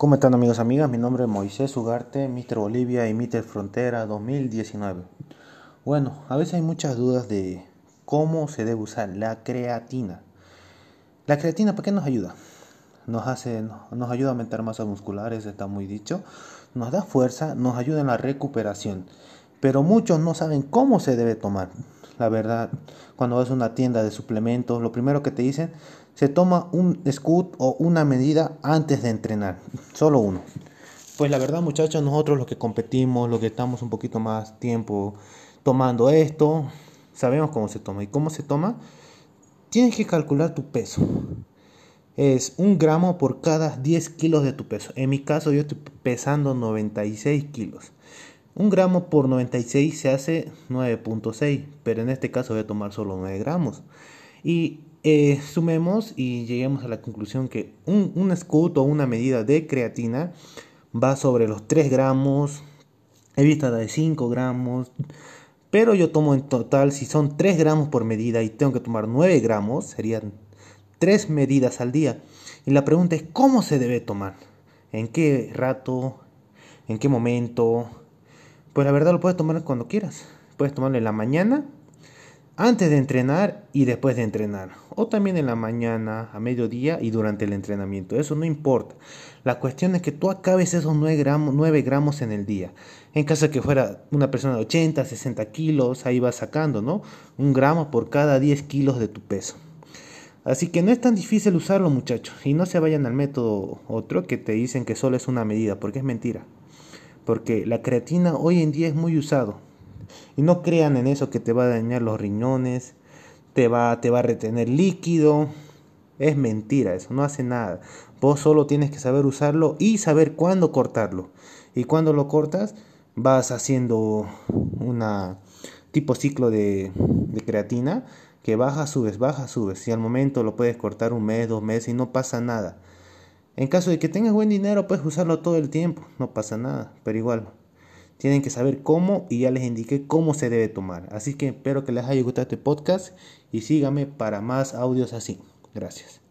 ¿Cómo están amigos y amigas? Mi nombre es Moisés Ugarte, Mr. Bolivia y Mr. Frontera 2019. Bueno, a veces hay muchas dudas de cómo se debe usar la creatina. La creatina, ¿para qué nos ayuda? Nos ayuda a aumentar masa muscular, eso está muy dicho. Nos da fuerza, nos ayuda en la recuperación. Pero muchos no saben cómo se debe tomar. La verdad, cuando vas a una tienda de suplementos, lo primero que te dicen, se toma un scoop o una medida antes de entrenar. Solo uno. Pues la verdad, muchachos, nosotros los que competimos, los que estamos un poquito más tiempo tomando esto, sabemos cómo se toma. ¿Y cómo se toma? Tienes que calcular tu peso. Es 1 gramo por cada 10 kilos de tu peso. En mi caso yo estoy pesando 96 kilos. 1 gramo por 96 se hace 9.6, pero en este caso voy a tomar solo 9 gramos. Y sumemos y lleguemos a la conclusión que un scoop o una medida de creatina va sobre los 3 gramos, he visto de 5 gramos, pero yo tomo en total, si son 3 gramos por medida y tengo que tomar 9 gramos, serían 3 medidas al día. Y la pregunta es, ¿cómo se debe tomar? ¿En qué rato? ¿En qué momento? Pues la verdad lo puedes tomar cuando quieras. Puedes tomarlo en la mañana, antes de entrenar y después de entrenar. O también en la mañana, a mediodía y durante el entrenamiento. Eso no importa. La cuestión es que tú acabes esos 9 gramos en el día. En caso de que fuera una persona de 80, 60 kilos, ahí vas sacando, ¿no? 1 gramo por cada 10 kilos de tu peso. Así que no es tan difícil usarlo, muchachos. Y no se vayan al método otro que te dicen que solo es una medida, porque es mentira. Porque la creatina hoy en día es muy usado. Y no crean en eso que te va a dañar los riñones, te va a retener líquido. Es mentira, eso no hace nada. Vos solo tienes que saber usarlo y saber cuándo cortarlo. Y cuando lo cortas, vas haciendo una tipo ciclo de creatina que baja, subes, baja, subes. Y al momento lo puedes cortar 1 mes, 2 meses y no pasa nada. En caso de que tengas buen dinero, puedes usarlo todo el tiempo, no pasa nada, pero igual. Tienen que saber cómo y ya les indiqué cómo se debe tomar. Así que espero que les haya gustado este podcast y síganme para más audios así. Gracias.